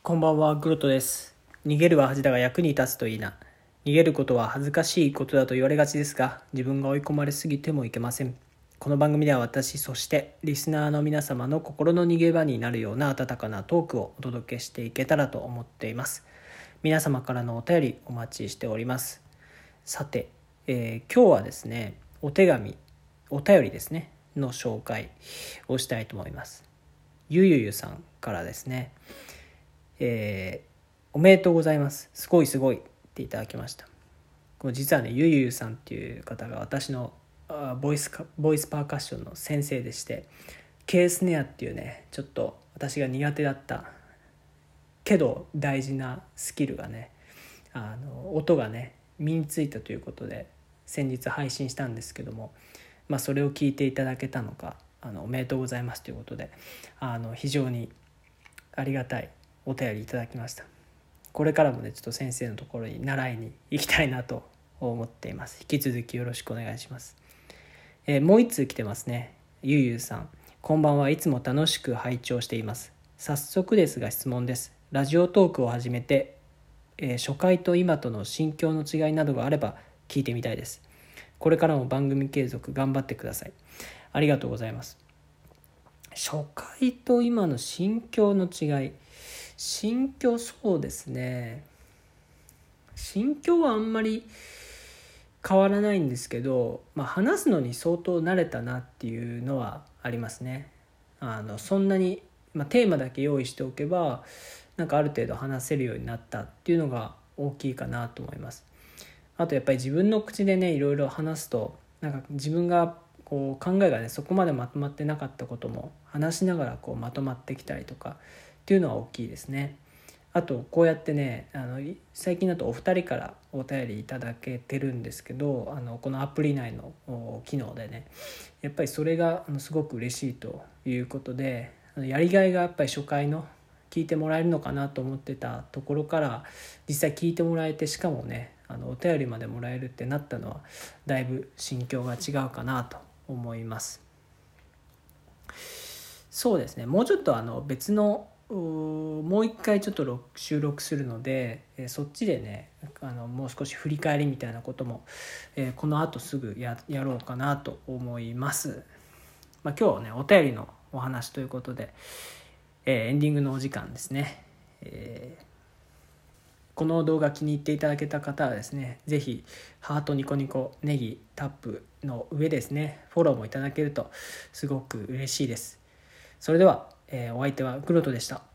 こんばんは、グロトです。逃げるは恥だが役に立つといいな。逃げることは恥ずかしいことだと言われがちですが、自分が追い込まれすぎてもいけません。この番組では私、そしてリスナーの皆様の心の逃げ場になるような温かなトークをお届けしていけたらと思っています。皆様からのお便りお待ちしております。さて、今日はですね、お便りですね、の紹介をしたいと思います。ゆゆゆさんからですね、おめでとうございます。すごいっていただきました。これ実はね、ゆゆさんっていう方が私のボイスパーカッションの先生でして、Kスネアっていうね、ちょっと私が苦手だったけど大事なスキルがね、音がね身についたということで先日配信したんですけども、それを聞いていただけたのかおめでとうございますということで非常にありがたいお便りいただきました。これからもねちょっと先生のところに習いに行きたいなと思っています。引き続きよろしくお願いします。もう一通来てますね。ゆうゆうさん、こんばんは。いつも楽しく拝聴しています。早速ですが質問です。ラジオトークを始めて、初回と今との心境の違いなどがあれば聞いてみたいです。これからも番組継続頑張ってください。ありがとうございます。初回と今の心境の違い、心境、そうですね、心境はあんまり変わらないんですけど、話すのに相当慣れたなっていうのはありますね。そんなに、テーマだけ用意しておけばある程度話せるようになったっていうのが大きいかなと思います。あとやっぱり自分の口でねいろいろ話すと自分がこう考えがねそこまでまとまってなかったことも話しながらこうまとまってきたりとかっていうのは大きいですね。あとこうやってね最近だとお二人からお便りいただけてるんですけどこのアプリ内の機能でねやっぱりそれがすごく嬉しいということでやりがいがやっぱり初回の聞いてもらえるのかなと思ってたところから実際聞いてもらえて、しかもねお便りまでもらえるってなったのはだいぶ心境が違うかなと思います。そうですね、もうちょっと別のもう一回ちょっと収録するのでそっちでねもう少し振り返りみたいなこともこの後すぐやろうかなと思います。今日はねお便りのお話ということでエンディングのお時間ですね。この動画気に入っていただけた方はですね、ぜひハートニコニコネギタップの上ですね、フォローもいただけるとすごく嬉しいです。それでは、お相手はグロトでした。